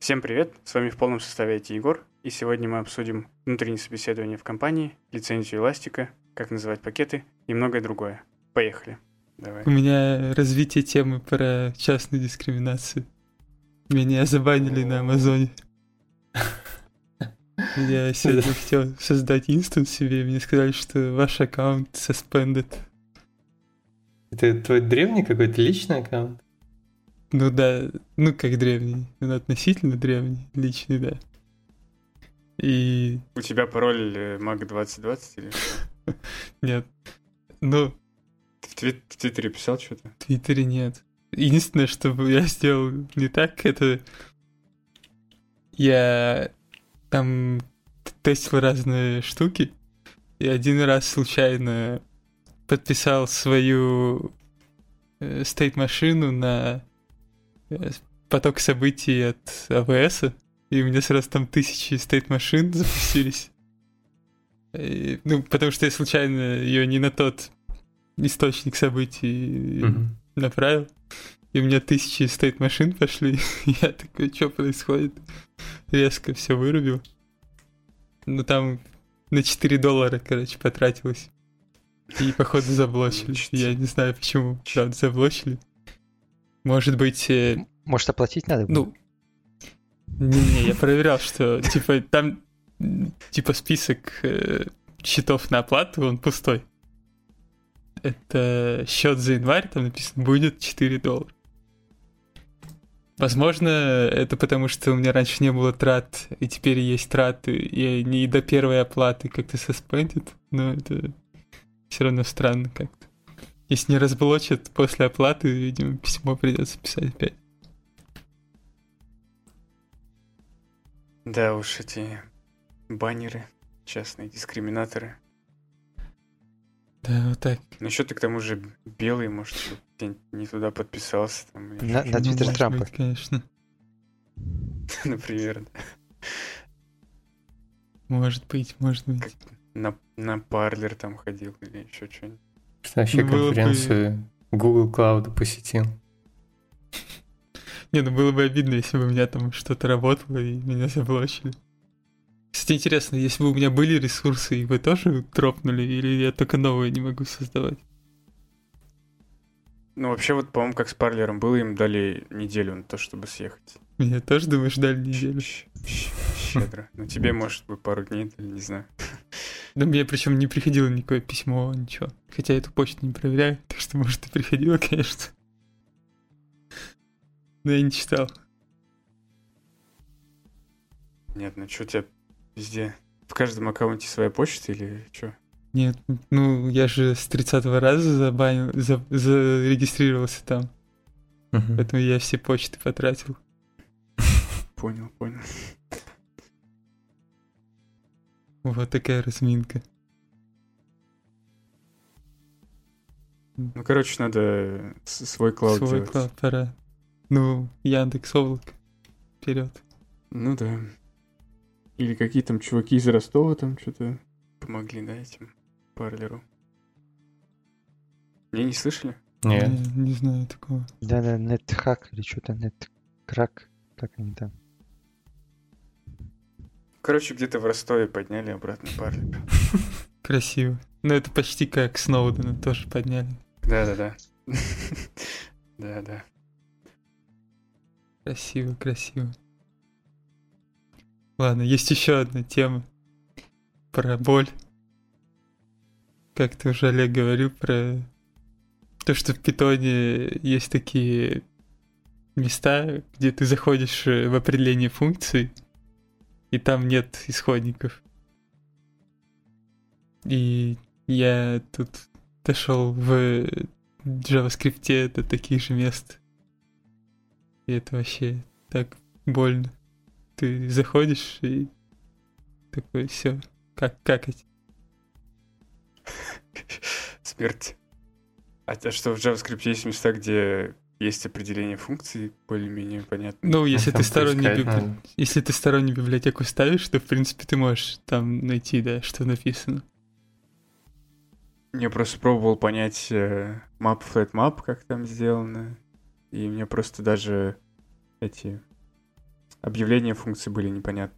Всем привет, с вами в полном составе IT Егор, и сегодня мы обсудим внутреннее собеседование в компании, лицензию Эластика, как называть пакеты и многое другое. Поехали. Давай. У меня развитие темы про частную дискриминацию. Меня забанили на Амазоне. Я сегодня хотел создать инстанс себе, и мне сказали, что ваш аккаунт suspended. Это твой древний какой-то личный аккаунт? Ну да, ну как древний, он относительно древний, личный, да. И... У тебя пароль Mag2020 или что? Нет, ну... Ты в Твиттере писал что-то? В Твиттере нет. Единственное, что я сделал не так, это... Я там тестил разные штуки, и один раз случайно подписал свою стейт-машину на поток событий от АВС, и у меня сразу там 1000 стейт-машин запустились. Ну, потому что я случайно ее не на тот источник событий направил. И у меня 1000 стейт-машин пошли. Я такой, что происходит? Резко все вырубил. Ну, там на $4, короче, потратилось. И, походу, заблочили. Я не знаю, почему, правда, заблочили. Может быть... Может, оплатить надо было? Ну, не, я проверял, что, типа, там, типа, список счетов на оплату, он пустой. Это счет за январь, там написано, будет $4. Возможно, это потому, что у меня раньше не было трат, и теперь есть траты, и не до первой оплаты как-то suspended, но это все равно странно как-то. Если не разблочат после оплаты, видимо, письмо придется писать опять. Да уж, эти баннеры, частные дискриминаторы. Да, вот так. Ну еще ты к тому же белый, может, ты не туда подписался. Там, на Твиттер Трампа. Быть, конечно. Например. Может быть. Как на парлер там ходил или еще что-нибудь. Вообще Ну, было конференцию Google Cloud посетил. Не, ну было бы обидно, если бы у меня там что-то работало и меня заблочили. Кстати, интересно, если бы у меня были ресурсы, их бы тоже дропнули, или я только новые не могу создавать? Ну, вообще, вот, по-моему, как с парлером было, им дали неделю на то, чтобы съехать. Меня тоже, думаешь, дали неделю? Щедро. Ну, тебе, может быть, пару дней, или не знаю. Да мне причем не приходило никакое письмо, ничего. Хотя я эту почту не проверяю, так что, может, и приходило, конечно. Но я не читал. Нет, ну что у тебя везде? В каждом аккаунте своя почта или что? Нет, ну я же с 30-го раза зарегистрировался там. Поэтому я все почты потратил. Понял. Вот такая разминка. Ну, короче, надо свой клауд Свой делать. клауд пора. Ну, Яндекс.Облако. Вперед. Ну да. Или какие там чуваки из Ростова там что-то помогли, да, этим парлеру. Не слышали? Нет. Не знаю такого. Да, NetHack или что-то, NetCrack, как они там. Короче, где-то в Ростове подняли обратно парлер. Красиво. Ну, это почти как Сноудена тоже подняли. Да. Да. Красиво. Ладно, есть еще одна тема про боль. Как ты уже, Олег, говорил про то, что в питоне есть такие места, где ты заходишь в определение функций, и там нет исходников. И я тут дошел в JavaScript до таких же мест. И это вообще так больно. Ты заходишь и такой, все, какать. Смерть. А что, в JavaScript есть места, где есть определение функций, более-менее понятно? Ну, если ты там если ты стороннюю библиотеку ставишь, то, в принципе, ты можешь там найти, да, что написано. Я просто пробовал понять map, flat map, как там сделано. И мне просто даже эти объявления функций были непонятны.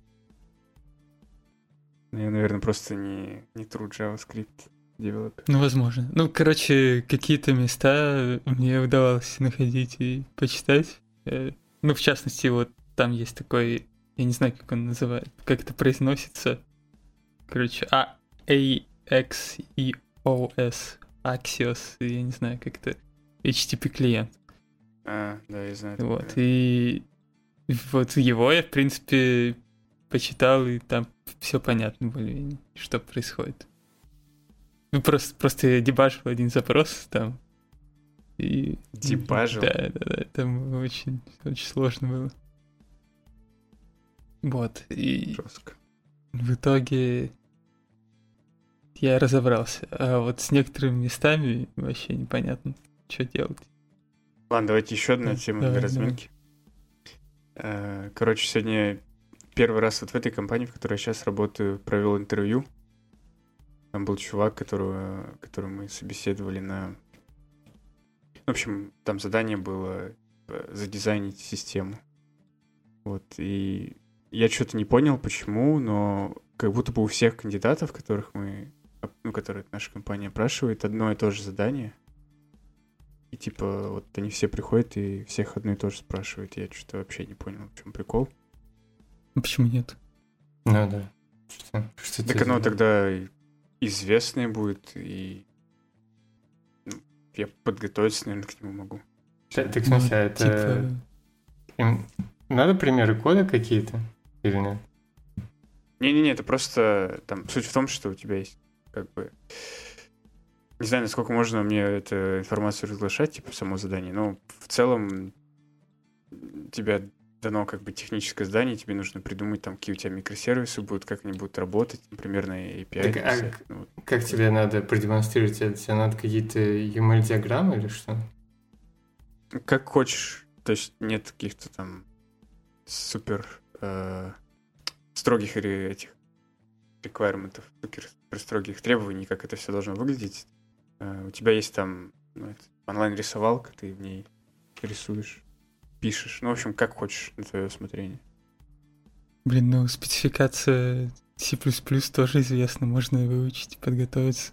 Я, наверное, просто не true JavaScript девелопер. Ну, возможно. Ну, короче, какие-то места мне удавалось находить и почитать. Ну, в частности, вот там есть такой, я не знаю, как он называет, как это произносится. Короче, AXEOS, Axios, я не знаю, как это, HTTP клиент. Да, я знаю. Вот, и вот его я, в принципе, почитал, и там все понятно более-менее, что происходит. Ну, просто я дебажил один запрос там. И... Дебажил? Да, там очень сложно было. Вот, и... Жестко. В итоге я разобрался. А вот с некоторыми местами вообще непонятно, что делать. Ладно, давайте еще одну тему для разминки. Короче, сегодня первый раз вот в этой компании, в которой я сейчас работаю, провел интервью. Там был чувак, которого мы собеседовали на... В общем, там задание было задизайнить систему. Вот, и я что-то не понял, почему, но как будто бы у всех кандидатов, которые наша компания опрашивает, одно и то же задание. И типа вот они все приходят и всех одно и то же спрашивают. Я что-то вообще не понял, в чем прикол. Ну почему нет? Ну да. Что так оно тогда известное будет, и я подготовиться, наверное, к нему могу. Так, в смысле, это... Им надо примеры кода какие-то или нет? Не-не-не, это просто там суть в том, что у тебя есть как бы... Не знаю, насколько можно мне эту информацию разглашать, типа само задание, но в целом тебе дано как бы техническое задание, тебе нужно придумать там, какие у тебя микросервисы будут, как они будут работать, например, на API. Так, как тебе надо продемонстрировать это? Тебе надо какие-то UML-диаграммы или что? Как хочешь. То есть нет каких-то там супер строгих этих requirements, супер строгих требований, как это все должно выглядеть. У тебя есть там онлайн-рисовалка, ты в ней рисуешь, пишешь. Ну, в общем, как хочешь, на твое усмотрение. Блин, ну спецификация C++ тоже известна, можно выучить, подготовиться.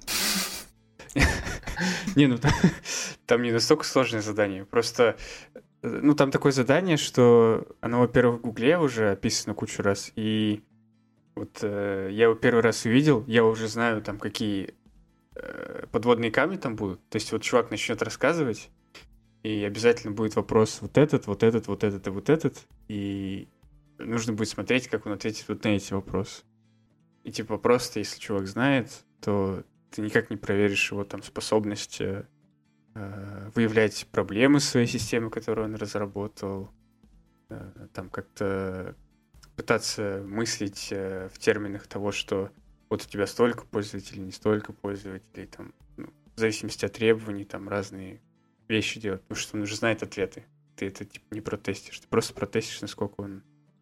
Не, ну там не настолько сложное задание. Просто, ну, там такое задание, что оно, во-первых, в Гугле уже описано кучу раз, и вот я его первый раз увидел, я уже знаю там, какие подводные камни там будут. То есть вот чувак начнет рассказывать, и обязательно будет вопрос вот этот, вот этот, вот этот и вот этот, и нужно будет смотреть, как он ответит вот на эти вопросы. И типа просто, если чувак знает, то ты никак не проверишь его там способность выявлять проблемы своей системы, которую он разработал, там как-то пытаться мыслить в терминах того, что вот у тебя столько пользователей, не столько пользователей, там, ну, в зависимости от требований, там разные вещи делать, потому что он уже знает ответы. Ты это типа не протестишь, ты просто протестишь, насколько он...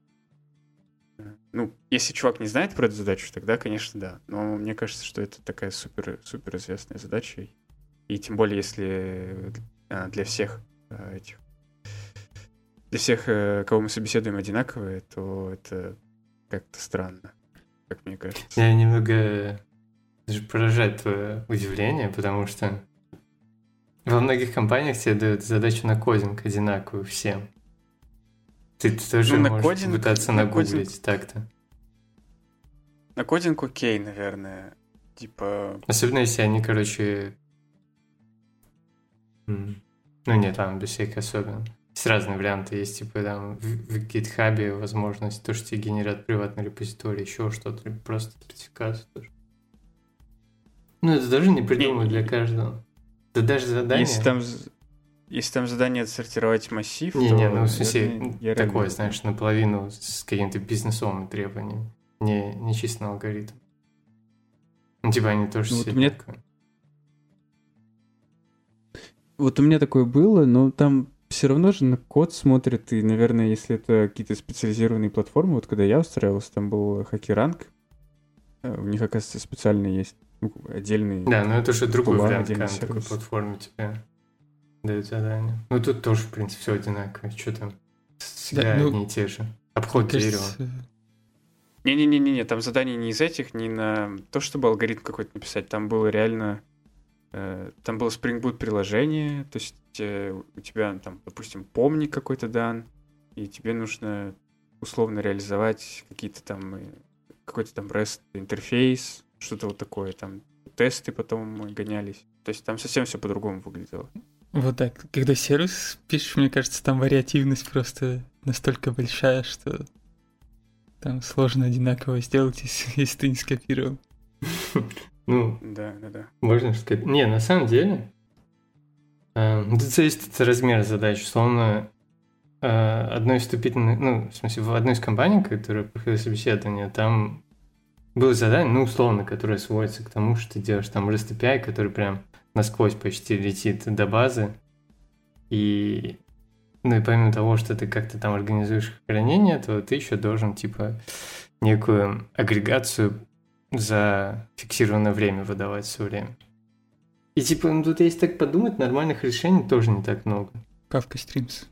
Ну, если чувак не знает про эту задачу, тогда, конечно, да. Но мне кажется, что это такая супер известная задача. И тем более, если для всех этих... Для всех, кого мы собеседуем, одинаковые, то это как-то странно, как мне кажется. Я немного даже поражает твое удивление, потому что во многих компаниях тебе дают задачу на кодинг одинаковую всем. Ты тоже можешь пытаться нагуглить так-то. На кодинг окей, наверное. Типа... Особенно если они, короче... Ну нет, там без всяких особенных. Есть разные варианты. Есть, типа, там, в GitHub возможность, то, что тебе генерят приватный репозиторий, еще что-то, или просто спецификацию тоже. Ну, это даже не придумано для каждого. Да даже задание... Если там задание отсортировать массив, Не, ну, в смысле, такое, знаешь, наполовину с какими-то бизнесовыми требованиями. Не чисто на алгоритм. Ну, типа, они тоже все такое. Вот у меня такое было, но там все равно же на код смотрят, и, наверное, если это какие-то специализированные платформы, вот когда я устраивался, там был HackerRank, у них, оказывается, специально есть отдельный... Да, но это уже другой вариант, когда на такой платформе тебе дают задания. Ну, тут тоже, в принципе, все одинаково. Что там? Всегда одни и те же. код Мне дерева. кажется, Не-не-не-не, там задание не из этих, не на то, чтобы алгоритм какой-то написать. Там было реально... Там было Spring Boot приложение, то есть у тебя там, допустим, помник какой-то дан, и тебе нужно условно реализовать какой-то там REST интерфейс, что-то вот такое, там тесты потом гонялись. То есть там совсем все по-другому выглядело. вот так. Когда сервис пишешь, мне кажется, там вариативность просто настолько большая, что там сложно одинаково сделать, если ты не скопировал. Ну, Да. можно сказать. Не, на самом деле, тут зависит от размера задач. Условно, одной вступительной, ну, в смысле, в одной из компаний, которая проходила собеседование, там было задание, ну, условно, которое сводится к тому, что ты делаешь там REST API, который прям насквозь почти летит до базы. И, ну, и помимо того, что ты как-то там организуешь хранение, то ты еще должен, типа, некую агрегацию за фиксированное время выдавать все время. И, типа, ну, тут, если так подумать, нормальных решений тоже не так много. Kafka Streams.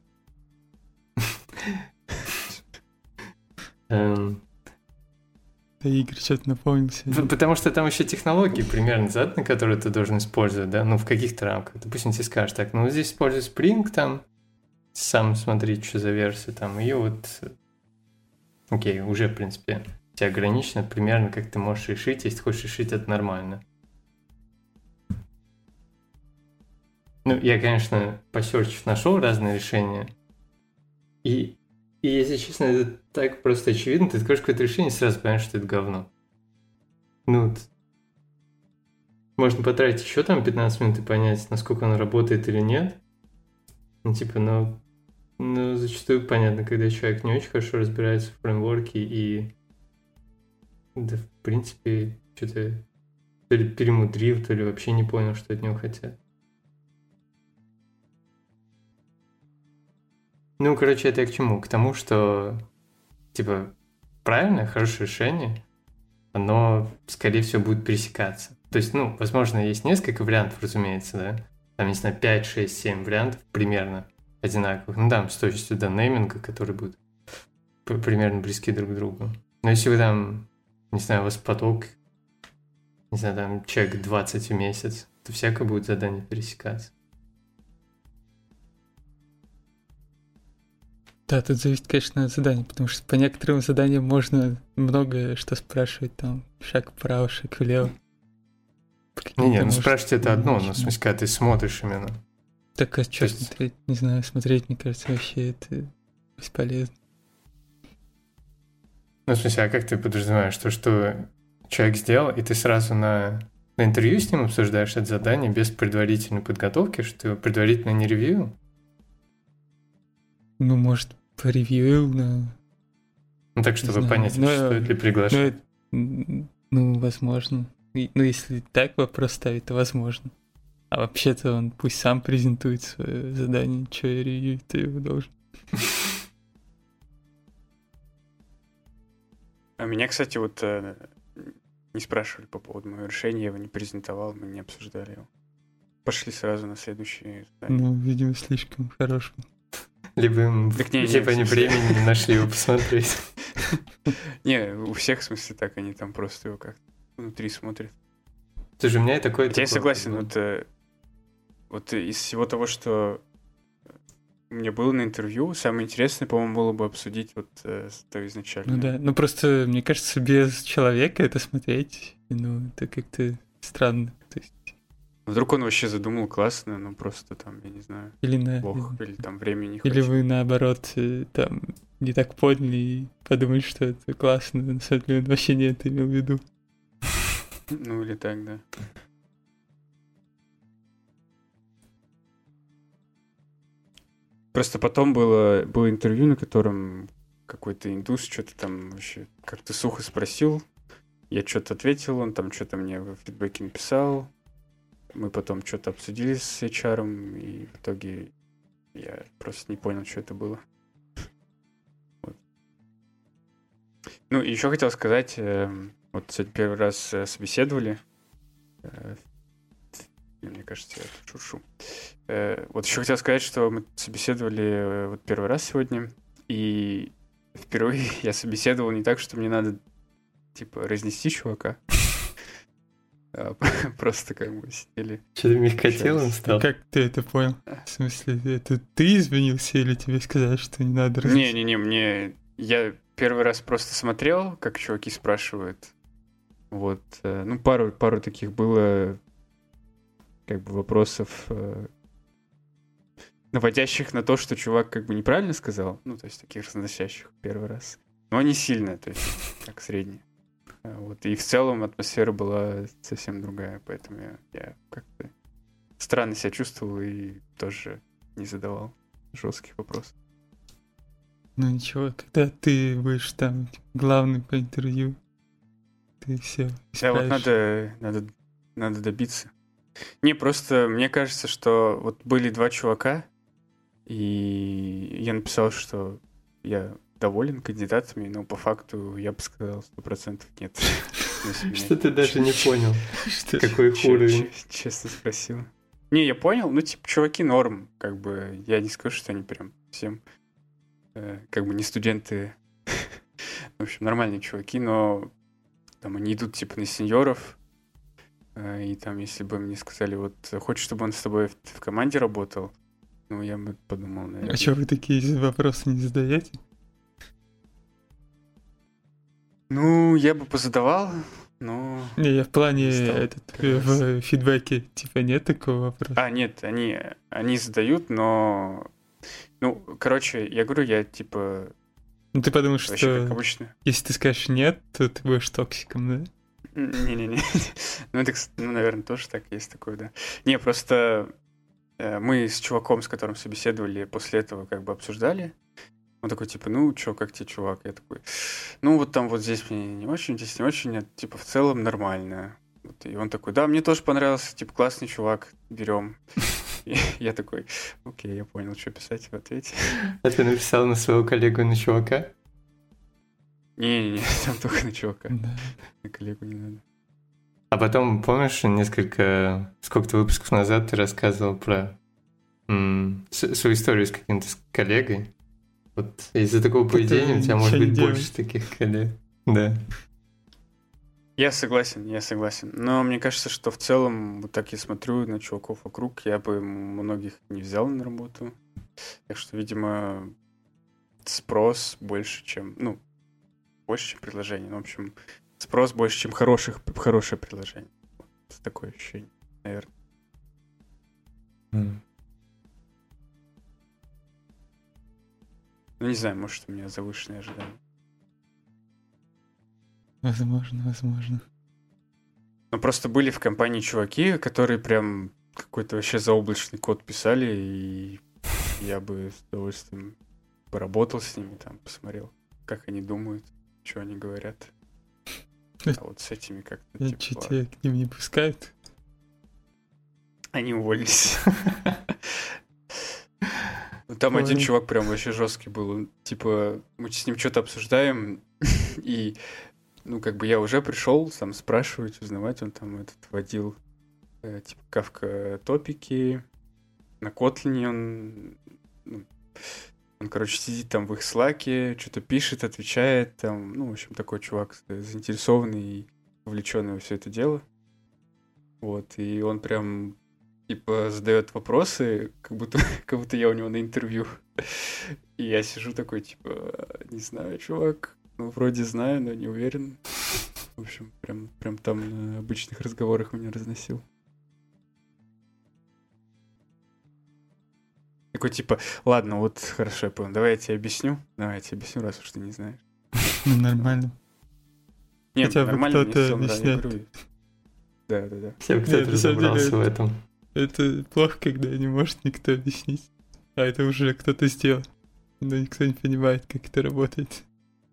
Да, Игорь, что-то напомнил сегодня. Потому что там еще технологии примерно заданы, которые ты должен использовать, да, ну, в каких-то рамках. Допустим, тебе скажешь так, ну, здесь используй Spring, там, сам смотри, что за версия, там, и вот, окей, уже, в принципе, тебя ограничено примерно, как ты можешь решить, если хочешь решить, это нормально. Ну, я, конечно, посерчив нашел разные решения, и если честно, это так просто очевидно, ты откроешь какое-то решение и сразу понимаешь, что это говно. Ну, можно потратить еще там 15 минут и понять, насколько оно работает или нет. Ну, типа, ну зачастую понятно, когда человек не очень хорошо разбирается в фреймворке и, да, в принципе, что-то то ли перемудрил, то ли вообще не понял, что от него хотят. Ну, короче, это я к чему? К тому, что, типа, правильное, хорошее решение, оно, скорее всего, будет пересекаться. То есть, ну, возможно, есть несколько вариантов, разумеется, да? Там, не знаю, 5, 6, 7 вариантов примерно одинаковых. Ну, да, с точностью до нейминга, которые будут примерно близки друг к другу. Но если вы там, не знаю, у вас поток, не знаю, там, человек 20 в месяц, то всякое будет задание пересекаться. Да, тут зависит, конечно, от задания, потому что по некоторым заданиям можно многое что спрашивать, там, шаг вправо, шаг влево. Не, ну спрашивать это одно, но в смысле, когда ты смотришь именно. Так а что есть... смотреть? Не знаю, смотреть, мне кажется, вообще это бесполезно. Ну, в смысле, а как ты подразумеваешь, что человек сделал, и ты сразу на интервью с ним обсуждаешь это задание без предварительной подготовки, что ты его предварительно не ревьюил? Ну, может, поревьюил, но... Ну, так, чтобы знаю, понять, стоит ли приглашать. Ну, возможно. Ну, если так вопрос ставить, то возможно. А вообще-то он пусть сам презентует свое задание, что я ревью, ты его должен. А меня, кстати, вот не спрашивали по поводу моего решения, я его не презентовал, мы не обсуждали его. Пошли сразу на следующее задание. Ну, видимо, слишком хорош. Либо им типа они времени не нашли его посмотреть. Не, у всех, в смысле, так, они там просто его как-то внутри смотрят. Слушай, у меня и такое... Я согласен, вот из всего того, что у меня было на интервью, самое интересное, по-моему, было бы обсудить вот то изначально. Ну да, ну просто, мне кажется, без человека это смотреть, ну, это как-то странно. То есть... Вдруг он вообще задумал классно, но просто там, я не знаю, плохо, или там времени не хватит. Или вы, наоборот, там, не так поняли и подумали, что это классно, на самом деле он вообще не это имел в виду. Ну, или так, да. Просто потом было интервью, на котором какой-то индус что-то там вообще как-то сухо спросил. Я что-то ответил, он там что-то мне в фидбэке написал. Мы потом что-то обсудили с HR, и в итоге я просто не понял, что это было. Вот. Ну, и еще хотел сказать, вот сегодня первый раз собеседовали. Мне кажется, я тут шуршу. Вот еще хотел сказать, что мы собеседовали вот первый раз сегодня, и впервые я собеседовал не так, что мне надо, типа, разнести чувака. Просто как бы сидели. Что-то мягкотелым стал. Как ты это понял? В смысле, это ты извинился или тебе сказали, что не надо Не, я первый раз просто смотрел, как чуваки спрашивают. Вот, ну, пару таких было, как бы, вопросов, наводящих на то, что чувак как бы неправильно сказал. Ну, то есть таких разносящих первый раз. Но не сильно, то есть как средний. Вот, и в целом атмосфера была совсем другая, поэтому я как-то странно себя чувствовал и тоже не задавал жестких вопросов. Ну ничего, когда ты будешь там главный по интервью, ты все исправишь. Да, вот надо добиться. Не, просто мне кажется, что вот были два чувака, и я написал, что я доволен кандидатами, но по факту я бы сказал 100% нет. Что ты даже не понял? Какой их уровень? Честно спросил. Не, я понял, ну типа чуваки норм, как бы я не скажу, что они прям всем как бы не студенты, в общем, нормальные чуваки, но там они идут типа на сеньоров, и там если бы мне сказали, вот хочешь, чтобы он с тобой в команде работал, ну я бы подумал, наверное. А что вы такие вопросы не задаете? Ну, я бы позадавал, но... Не, я в плане в фидбэке, типа, нет такого вопроса? Нет, они задают, но... Ну, короче, я говорю, я типа... Ну, ты подумал, что как обычно. Если ты скажешь нет, то ты будешь токсиком, да? Не-не-не. Ну, это, наверное, тоже так, есть такое, да. Не, просто мы с чуваком, с которым собеседовали, после этого как бы обсуждали. Он такой, типа, ну, чё, как тебе, чувак? Я такой, ну, вот там вот здесь мне не очень, здесь не очень, а, типа, в целом нормально. Вот, и он такой, да, мне тоже понравился, типа, классный чувак, берем. И я такой, окей, я понял, что писать в ответе. А ты написал на своего коллегу, на чувака? Не, там только на чувака. Да. На коллегу не надо. А потом, помнишь, сколько-то выпусков назад ты рассказывал про свою историю с каким-то коллегой? Вот из-за такого поведения у тебя может быть больше таких коллег. Да. Я согласен. Но мне кажется, что в целом, вот так я смотрю на чуваков вокруг, я бы многих не взял на работу. Так что, видимо, спрос больше, чем... Ну, больше, чем предложение. Ну, в общем, спрос больше, чем хорошее предложение. Вот такое ощущение, наверное. Ну, не знаю, может, у меня завышенные ожидания. Возможно. Ну, просто были в компании чуваки, которые прям какой-то вообще заоблачный код писали, и я бы с удовольствием поработал с ними, там, посмотрел, как они думают, что они говорят. А вот с этими как-то, типа... Тебя к ним не пускают? Они уволились. Там один чувак прям вообще жесткий был. Он, типа, мы с ним что-то обсуждаем, и, ну, как бы я уже пришел сам спрашивать, узнавать. Он там водил, типа, Kafka топики. На Kotlin он, короче, сидит там в их слаке, что-то пишет, отвечает. Там, ну, в общем, такой чувак заинтересованный и вовлеченный во все это дело. Вот, и он прям... типа, задает вопросы, как будто я у него на интервью. И я сижу такой, типа, не знаю, чувак, ну, вроде знаю, но не уверен. В общем, прям там на обычных разговорах меня разносил. Такой, типа, ладно, вот, хорошо, я понял, давай я тебе объясню, раз уж ты не знаешь. Ну, нормально. Нет, хотя бы нормально, кто-то объясняет. Да. Хотя бы кто-то разобрался в этом. Это плохо, когда не может никто объяснить. А это уже кто-то сделал. Но никто не понимает, как это работает.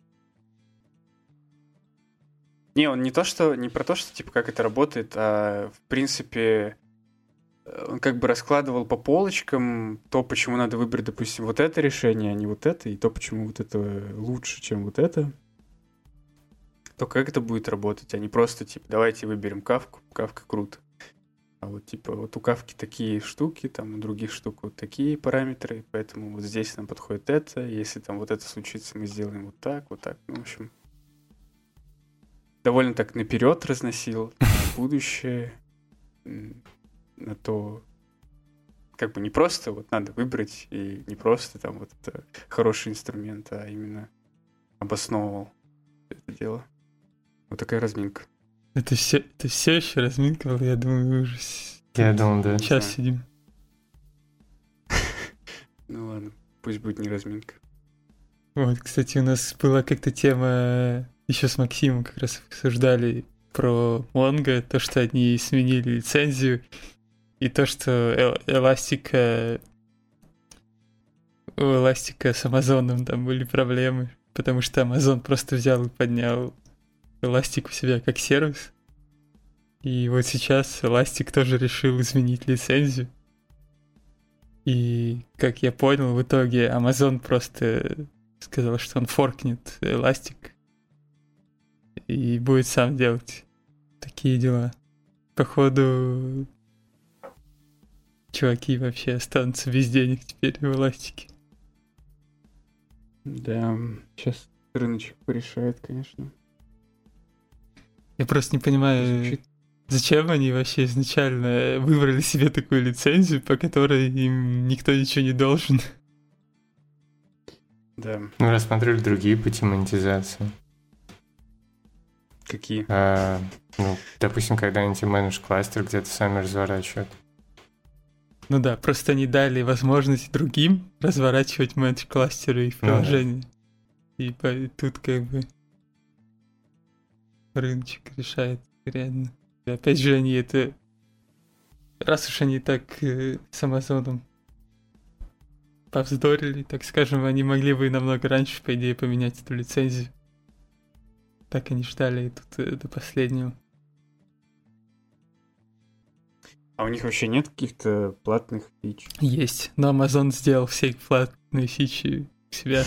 Не, он не про то, что типа как это работает, а в принципе он как бы раскладывал по полочкам то, почему надо выбрать, допустим, вот это решение, а не вот это, и то, почему вот это лучше, чем вот это. То, как это будет работать, а не просто типа давайте выберем Kafka, Kafka круто. А вот типа вот у Кавки такие штуки, там у других штук вот такие параметры, поэтому вот здесь нам подходит это, если там вот это случится, мы сделаем вот так, вот так. Ну, в общем, довольно так наперед разносил на будущее, на то, как бы не просто вот надо выбрать, и не просто там вот это хороший инструмент, а именно обосновывал это дело. Вот такая разминка. Это все еще разминка была, я думаю, вы уже Я думал, да. сейчас знаю. сидим. Ну ладно, пусть будет не разминка. Вот, кстати, у нас была как-то тема, еще с Максимом как раз обсуждали про Mongo, то, что они сменили лицензию, и то, что Эластика у Эластика с Амазоном там были проблемы, потому что Амазон просто взял и поднял Elastic у себя как сервис. И вот сейчас Elastic тоже решил изменить лицензию. И, как я понял, в итоге Amazon просто сказал, что он форкнет Elastic и будет сам делать такие дела. Походу, чуваки вообще останутся без денег теперь в Elastic. Да, сейчас рыночек порешает, конечно. Я просто не понимаю, Звучит. зачем они вообще изначально выбрали себе такую лицензию, по которой им никто ничего не должен. Да. Мы рассмотрели другие пути монетизации. Какие? Ну, допустим, когда они тебе менедж кластер где-то сами разворачивают. Ну да, просто они дали возможность другим разворачивать менедж-кластеры и приложения. И тут как бы рыночек решает реально. И опять же, они это... Раз уж они так с Амазоном повздорили, так скажем, они могли бы и намного раньше, по идее, поменять эту лицензию. Так они ждали тут до последнего. А у них вообще нет каких-то платных фич? Есть, но Amazon сделал все платные фичи у себя.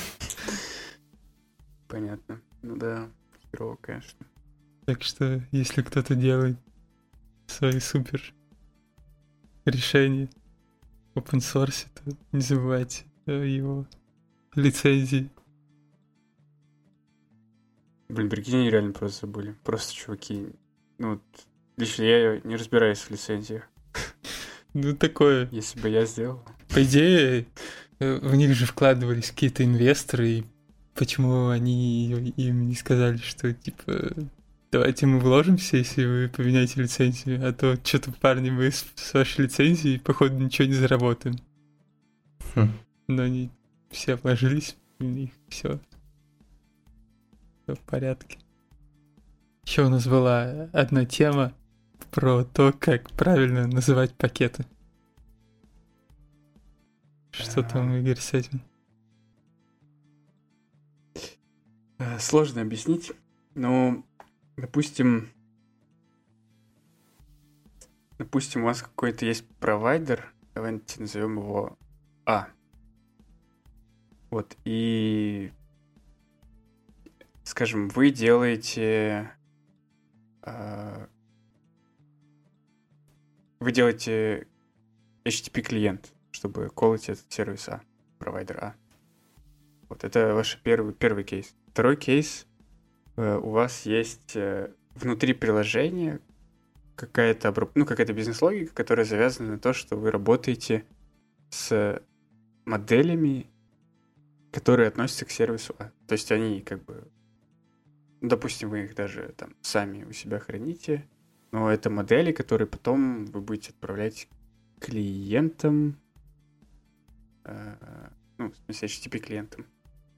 Понятно. Ну да, херово, конечно. Так что, если кто-то делает свои супер решения в open source, то не забывайте о его лицензии. Блин, прикинь, они реально просто забыли. Просто чуваки. Ну вот, лично я не разбираюсь в лицензиях. Ну, такое. Если бы я сделал. По идее, в них же вкладывались какие-то инвесторы, и почему они им не сказали, что, типа, давайте мы вложимся, если вы поменяете лицензию, а то что-то, парни, мы с вашей лицензией, походу, ничего не заработаем. Но они все вложились, у них все в порядке. Еще у нас была одна тема про то, как правильно называть пакеты. Что там, Игорь, с этим? Сложно объяснить, но, допустим, у вас какой-то есть провайдер, давайте назовем его А. Вот, и, скажем, вы делаете HTTP-клиент, чтобы колоть этот сервис А, провайдер А. Вот это ваш первый кейс. Второй кейс. У вас есть внутри приложения какая-то бизнес-логика, которая завязана на то, что вы работаете с моделями, которые относятся к сервису А. То есть они как бы... допустим, вы их даже там сами у себя храните, но это модели, которые потом вы будете отправлять клиентам, в смысле HTTP-клиентам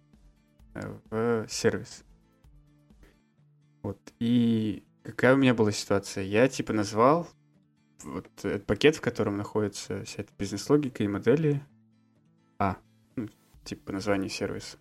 в сервис. Вот. И какая у меня была ситуация? Я типа назвал вот этот пакет, в котором находится вся эта бизнес-логика и модели А. Типа название сервиса.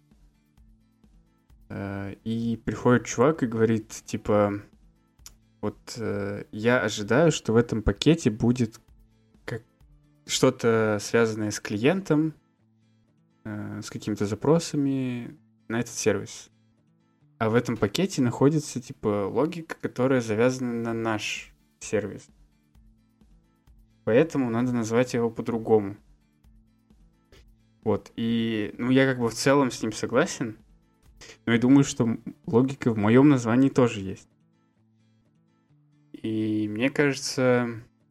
И приходит чувак и говорит, типа, вот я ожидаю, что в этом пакете будет что-то связанное с клиентом, с какими-то запросами на этот сервис. А в этом пакете находится, типа, логика, которая завязана на наш сервис. поэтому надо назвать его по-другому. Вот, и, я как бы в целом с ним согласен, но я думаю, что логика в моем названии тоже есть. И мне кажется,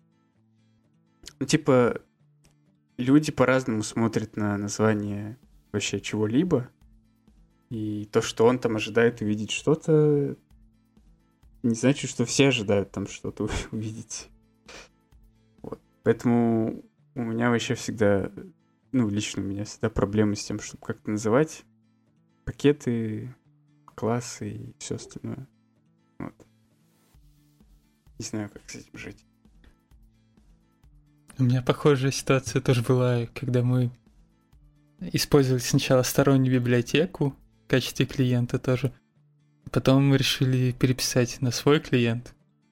люди по-разному смотрят на название вообще чего-либо, и то, что он там ожидает увидеть что-то, не значит, что все ожидают там что-то увидеть. Вот. Поэтому у меня вообще всегда, лично у меня всегда проблемы с тем, чтобы как-то называть пакеты, классы и все остальное. Вот. Не знаю, как с этим жить. У меня похожая ситуация тоже была, когда мы использовали сначала стороннюю библиотеку в качестве клиента тоже. Потом мы решили переписать на свой клиент.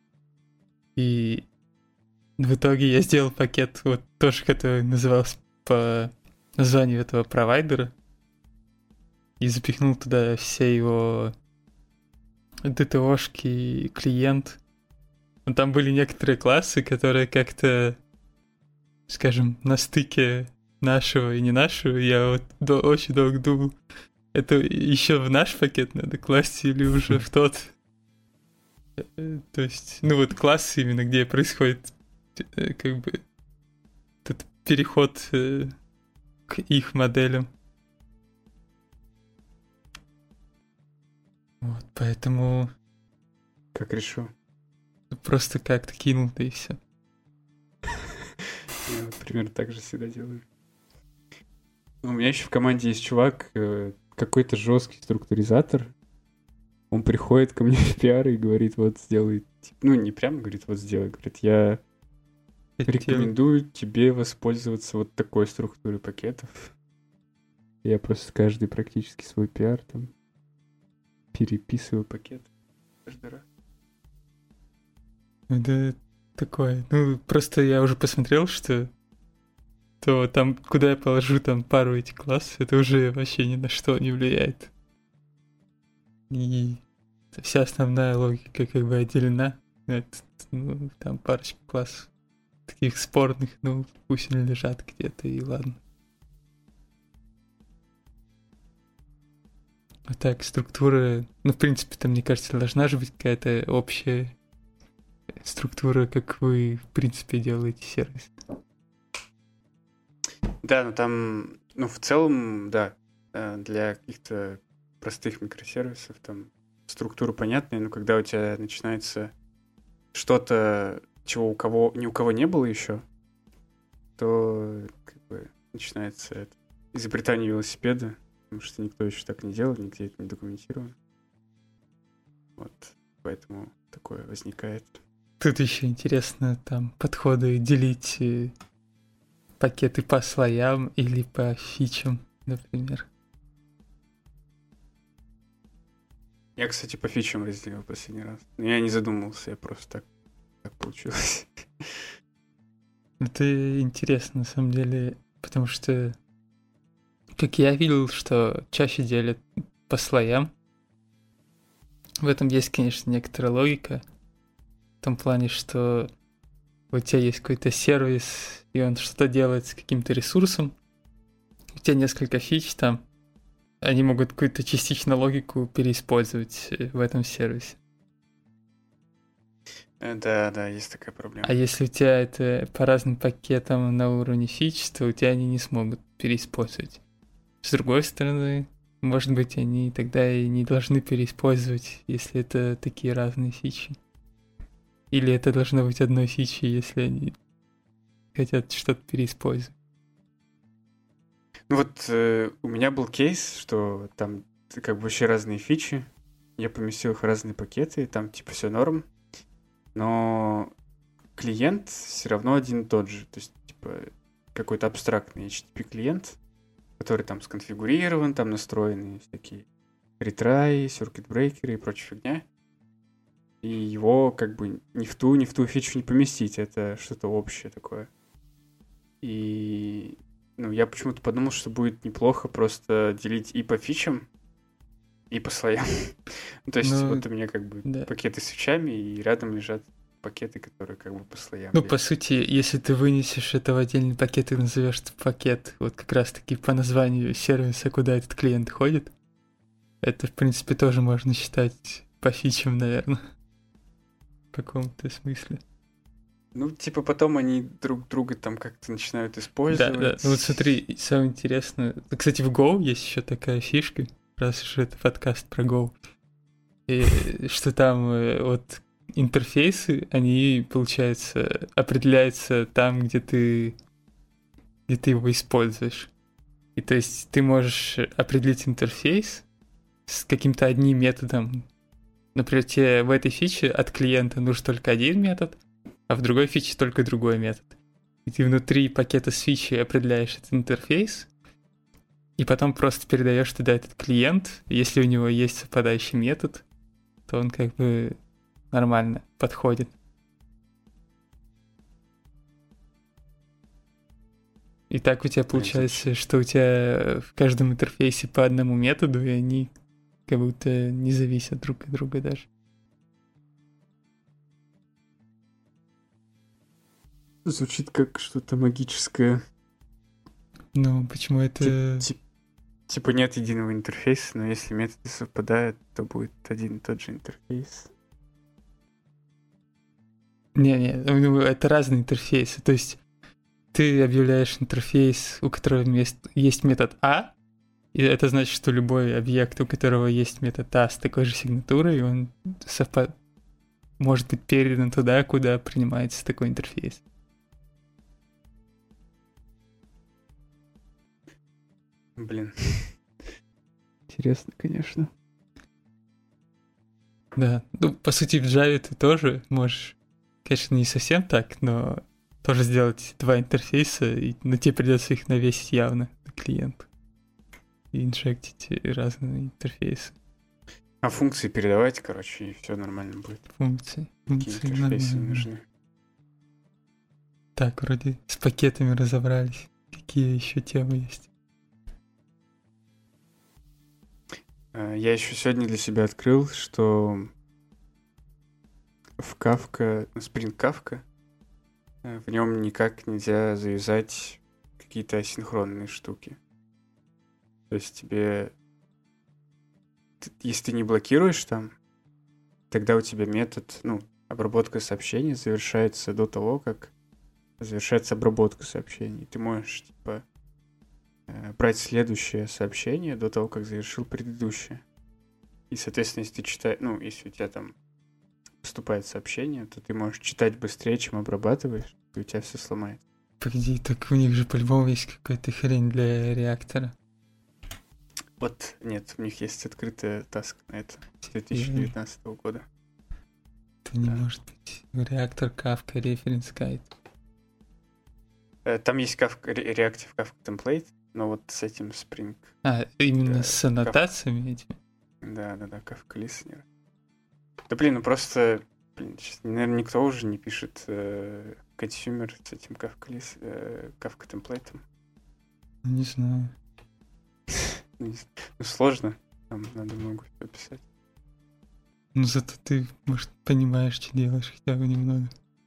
И в итоге я сделал пакет, вот тоже, который назывался по названию этого провайдера. И запихнул туда все его DTO-шки и клиент. Но там были некоторые классы, которые как-то, скажем, на стыке нашего и не нашего. Я вот очень долго думал, это еще в наш пакет надо класть или уже в тот. То есть, классы именно, где происходит как бы этот переход к их моделям. Вот, поэтому... Как решил? Просто как-то кинул, да и все. Я, примерно так же всегда делаю. У меня еще в команде есть чувак, какой-то жесткий структуризатор. Он приходит ко мне в пиар и говорит, вот сделай... не прямо говорит, вот сделай. Говорит, я рекомендую тебе воспользоваться вот такой структурой пакетов. Я просто каждый практически свой пиар там переписываю пакет каждый раз. Это такое. Просто я уже посмотрел, что то там, куда я положу там пару этих классов, это уже вообще ни на что не влияет. И вся основная логика как бы отделена. Это, там парочка классов таких спорных, пусть они лежат где-то, и ладно. А так, структура, в принципе, там, мне кажется, должна же быть какая-то общая структура, как вы, в принципе, делаете сервис. Да, там, в целом, да, для каких-то простых микросервисов там структура понятная, но когда у тебя начинается что-то, чего ни у кого не было еще, то как бы начинается изобретание велосипеда, потому что никто еще так не делал, нигде это не документировано. Вот, поэтому такое возникает. Тут еще интересно там подходы делить пакеты по слоям или по фичам, например. Я, кстати, по фичам разделил последний раз. Но я не задумывался, я просто так получилось. Это интересно, на самом деле, потому что, как я видел, что чаще делят по слоям. В этом есть, конечно, некоторая логика. В том плане, что у тебя есть какой-то сервис, и он что-то делает с каким-то ресурсом. У тебя несколько фич там. Они могут какую-то частично логику переиспользовать в этом сервисе. Да, есть такая проблема. А если у тебя это по разным пакетам на уровне фич, то у тебя они не смогут переиспользовать. С другой стороны, может быть, они тогда и не должны переиспользовать, если это такие разные фичи. Или это должно быть одной фичей, если они хотят что-то переиспользовать. У меня был кейс, что там как бы вообще разные фичи. Я поместил их в разные пакеты, и там все норм. Но клиент все равно один и тот же. То есть, какой-то абстрактный HTTP клиент, который там сконфигурирован, там настроены всякие ретраи, circuit-брейкеры и прочая фигня. И его как бы ни в ту фичу не поместить. Это что-то общее такое. И я почему-то подумал, что будет неплохо просто делить и по фичам, и по слоям. То есть вот у меня как бы пакеты с фичами, и рядом лежат пакеты, которые как бы по слоям. Ну, лежат. по сути, если ты вынесешь это в отдельный пакет и назовешь это пакет, вот как раз-таки по названию сервиса, куда этот клиент ходит, это, в принципе, тоже можно считать по фичам, наверное. В каком-то смысле. Ну, типа потом они друг друга там как-то начинают использовать. Да. Ну вот смотри, самое интересное. Кстати, в Go есть еще такая фишка, раз уж это подкаст про Go. И что там вот интерфейсы, они, получается, определяются там, где ты его используешь. И то есть ты можешь определить интерфейс с каким-то одним методом. Например, тебе в этой фиче от клиента нужен только один метод, а в другой фиче только другой метод. И ты внутри пакета с фичей определяешь этот интерфейс, и потом просто передаешь туда этот клиент. Если у него есть совпадающий метод, то он как бы нормально подходит. И так у тебя получается, что у тебя в каждом интерфейсе по одному методу, и они как будто не зависят друг от друга даже. Звучит как что-то магическое. Ну, почему это... Типа нет единого интерфейса, но если методы совпадают, то будет один и тот же интерфейс. Не, ну, это разные интерфейсы. То есть ты объявляешь интерфейс, у которого есть метод А, и это значит, что любой объект, у которого есть метод А с такой же сигнатурой, он может быть передан туда, куда принимается такой интерфейс. Блин. Интересно, конечно. Да, ну, по сути, в Java ты тоже можешь, конечно, не совсем так, но тоже сделать два интерфейса, но тебе придется их навесить явно на клиент и инжектить разные интерфейсы. А функции передавать, короче, и все нормально будет. Функции Какие интерфейсы нормально. нужны. Так, вроде с пакетами разобрались. Какие еще темы есть? Я еще сегодня для себя открыл, что в Kafka, Spring Kafka, в нем никак нельзя завязать какие-то асинхронные штуки. То есть тебе... Если ты не блокируешь там, тогда у тебя метод, обработка сообщений завершается до того, как завершается обработка сообщений. Ты можешь, брать следующее сообщение до того, как завершил предыдущее. И, соответственно, если ты читаешь, если у тебя там поступает сообщение, то ты можешь читать быстрее, чем обрабатываешь, и у тебя все сломается. Погоди, так у них же по-любому есть какая-то хрень для реактора. Вот, нет, у них есть открытая таск на это с 2019 года. Это не может быть. Реактор Kafka Reference Guide. Там есть Reactive Kafka Template, но вот с этим Spring. Именно с аннотациями этими? Да, Kafka Listener. Да блин, просто, наверное, никто уже не пишет консюмер с этим Kafka темплейтом. Не знаю. Сложно, там надо много всего писать. Ну зато ты, может, понимаешь, что делаешь хотя бы немного.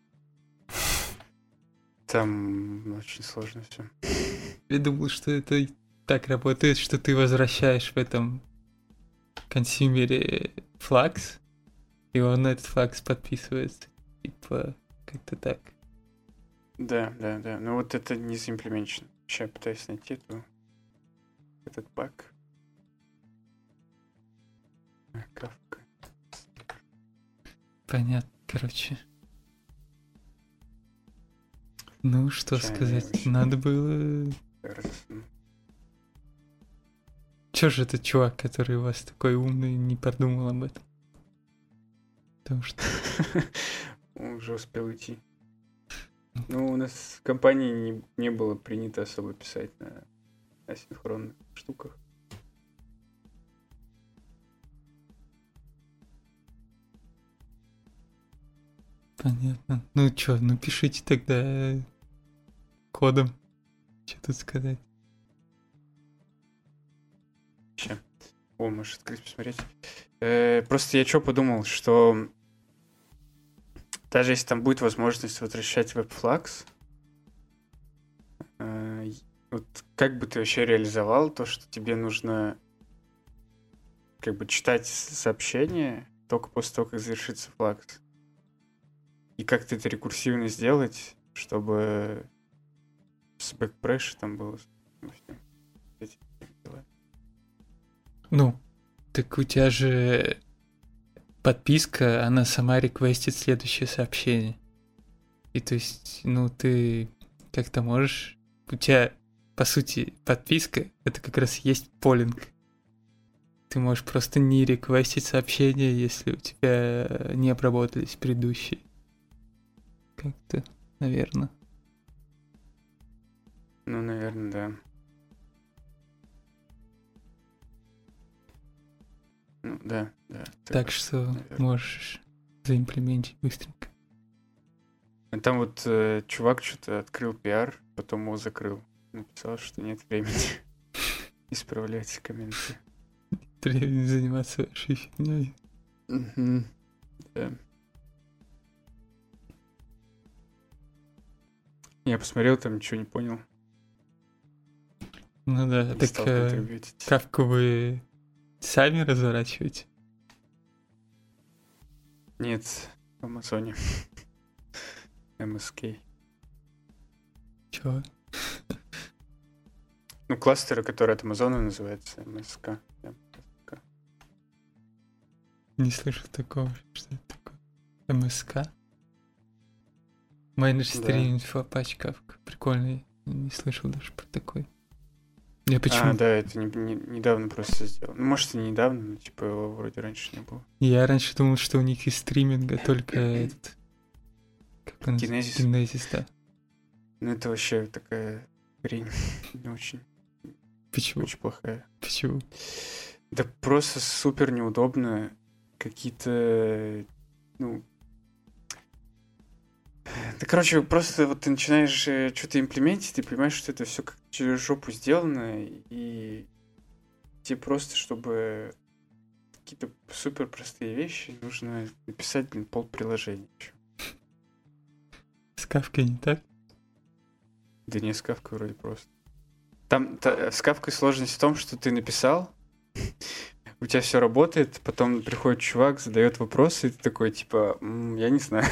Там очень сложно все. Я думал, что это так работает, что ты возвращаешь в этом консюмере флакс, и он на этот флакс подписывается. Типа, как-то так. Да. Но вот это не заимплементировано. Сейчас я пытаюсь найти этот баг. Kafka. Понятно, короче. Ну, что сказать, надо было... Чё же этот чувак, который у вас такой умный, не подумал об этом? Потому что... Он уже успел уйти. Ну, у нас в компании не было принято особо писать на асинхронных штуках. Понятно. Ну чё, пишите тогда кодом. Что тут сказать? Можешь открыть, посмотреть. Просто я подумал, что даже если там будет возможность возвращать веб-флакс, вот как бы ты вообще реализовал то, что тебе нужно как бы читать сообщение только после того, как завершится флакс? И как ты это рекурсивно сделать, чтобы с бэкпрэш там было? Эти дела. Ну, так у тебя же подписка, она сама реквестит следующее сообщение. И то есть, ну, ты как-то можешь... У тебя, по сути, подписка — это как раз есть полинг. Ты можешь просто не реквестить сообщения, если у тебя не обработались предыдущие. Как-то, наверное. Ну, наверное, да. Ну, да. Так что наверное. можешь заимплементить быстренько. А там вот чувак что-то открыл пиар, потом его закрыл. Написал, что нет времени исправлять комменты. Времени заниматься вашей фигней. Да. Я посмотрел, там ничего не понял. Ну да, Не так стал контрибьютить. Кавку вы сами разворачиваете? Нет, в Амазоне. MSK. Чего? Ну, кластеры, которые от Амазона называются MSK. MSK. Не слышал такого. Что это такое? МСК? Manage Stream for Apache Kafka. Прикольный. Не слышал даже про такой. Я почему? Да, это недавно просто сделал. Ну, может, и недавно, но типа его вроде раньше не было. Я раньше думал, что у них из стриминга только этот... Как он? Genesis? Genesis, да. Ну, это вообще такая хрень. Не очень, Почему? очень плохая. Почему? Да просто супер неудобно. Какие-то, ну... Да, короче, просто вот ты начинаешь что-то имплементить, ты понимаешь, что это все как через жопу сделано, и тебе просто, чтобы какие-то супер простые вещи, нужно написать, пол приложения еще. С Кавкой не так? Да не, с Кавкой вроде просто. Там с Кавкой сложность в том, что ты написал, у тебя все работает, потом приходит чувак, задает вопросы, и ты такой, типа, я не знаю,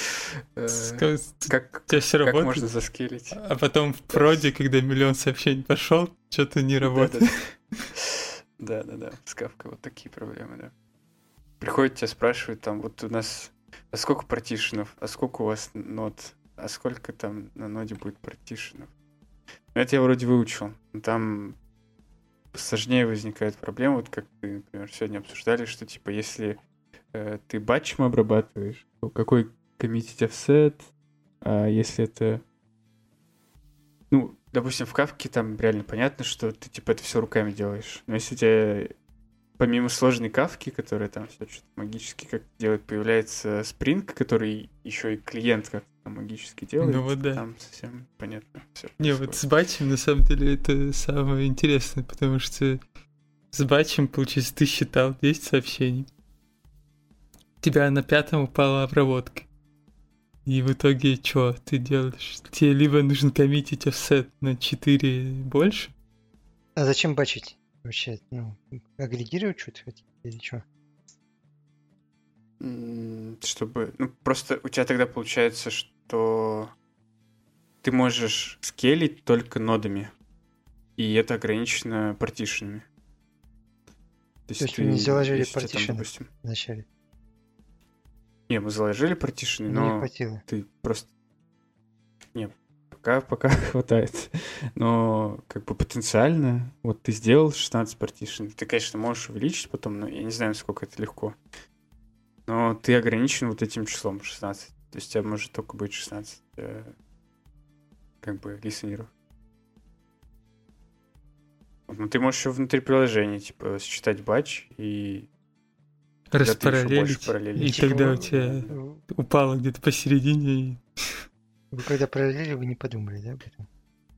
как можно заскейлить. А потом в проде, когда миллион сообщений пошел, что-то не работает. Да, с Кавкой вот такие проблемы, да. Приходит, тебя спрашивают, там, вот у нас, а сколько партишенов, а сколько у вас нод, а сколько там на ноде будет партишенов. Это я вроде выучил, но там сложнее возникает проблема, вот как ты, например, сегодня обсуждали, что типа если ты батчем обрабатываешь, то какой committed offset, а если это... Ну, допустим, в Кавке там реально понятно, что ты типа это все руками делаешь. Но если у тебя помимо сложной Кавки, которая там все что-то магически как делает, появляется Spring, который еще и клиент как-то там магически делает, ну, вот да. Там совсем понятно все. Не, вот с батчем на самом деле это самое интересное, потому что с батчем, получается, ты считал 10 сообщений. У тебя на 5-м упала обработка. И в итоге что ты делаешь? Тебе либо нужно коммитить офсет на 4 больше. А зачем бачить? Вообще, ну, агрегировать что-то хотите или что? Чтобы... Ну, просто у тебя тогда получается, что ты можешь скейлить только нодами. И это ограничено партишенами. То есть вы не заложили партишены вначале? Не, мы заложили партишены, но... Не хватило. Ты просто... Не, пока хватает. Но как бы потенциально, вот ты сделал 16 партишен, ты, конечно, можешь увеличить потом, но я не знаю, насколько это легко. Но ты ограничен вот этим числом 16. То есть у тебя может только быть 16 как бы листенеров. Но ты можешь еще внутри приложения, типа, считать батч и... Распараллелить, и тогда у тебя упало где-то посередине. И... Вы когда параллели, вы не подумали, да, об этом?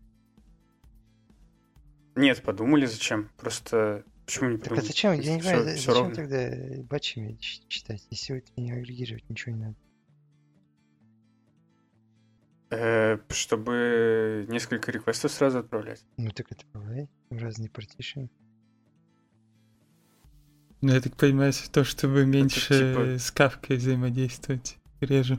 Нет, подумали, зачем? Просто почему не подумали? Так а зачем? Я не понимаю, зачем ровно. тогда батчами читать, если вы это не агрегировать, ничего не надо? Чтобы несколько реквестов сразу отправлять. Ну так это бывает. Разные партишины. Ну, я так понимаю, то, чтобы меньше типа- с Кавкой взаимодействовать реже.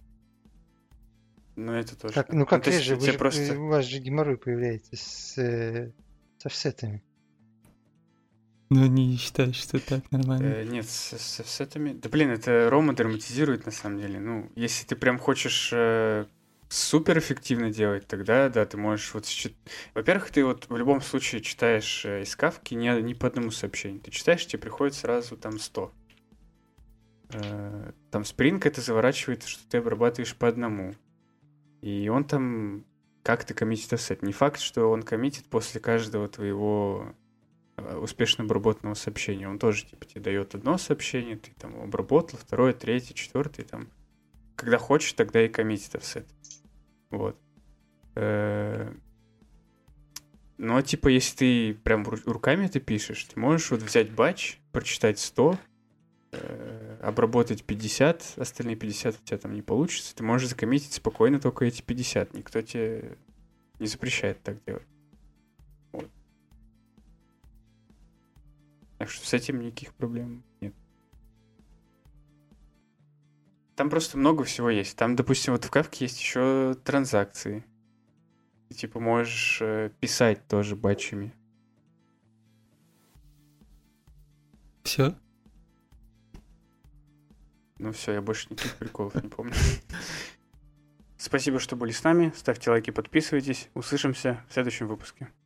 Ну, это тоже. Как, ну как то есть реже, тебе просто... у вас же геморрой появляется с офсетами. Но не считаешь, что так нормально. Нет, с офсетами... Да блин, это Рома драматизирует на самом деле. Ну, если ты прям хочешь супер эффективно делать, тогда, да, ты можешь вот... Во-первых, ты вот в любом случае читаешь из Кавки не по одному сообщению. Ты читаешь, тебе приходит сразу там 100. Там Spring это заворачивает, что ты обрабатываешь по одному. И он там как-то коммитит офсет. Не факт, что он коммитит после каждого твоего успешно обработанного сообщения. Он тоже типа тебе дает одно сообщение, ты там обработал, второе, третье, четвертое, там. Когда хочешь, тогда и коммитит офсет. Вот. Но типа если ты прям руками это пишешь, ты можешь вот взять батч, прочитать 100, обработать 50, остальные 50 у тебя там не получится, ты можешь закоммитить спокойно только эти 50. Никто тебе не запрещает так делать. Вот. Так что с этим никаких проблем нет. Там просто много всего есть. Там, допустим, вот в Кавке есть еще транзакции. Ты типа можешь писать тоже батчами. Все? Ну все, я больше никаких приколов не помню. Спасибо, что были с нами. Ставьте лайки, подписывайтесь. Услышимся в следующем выпуске.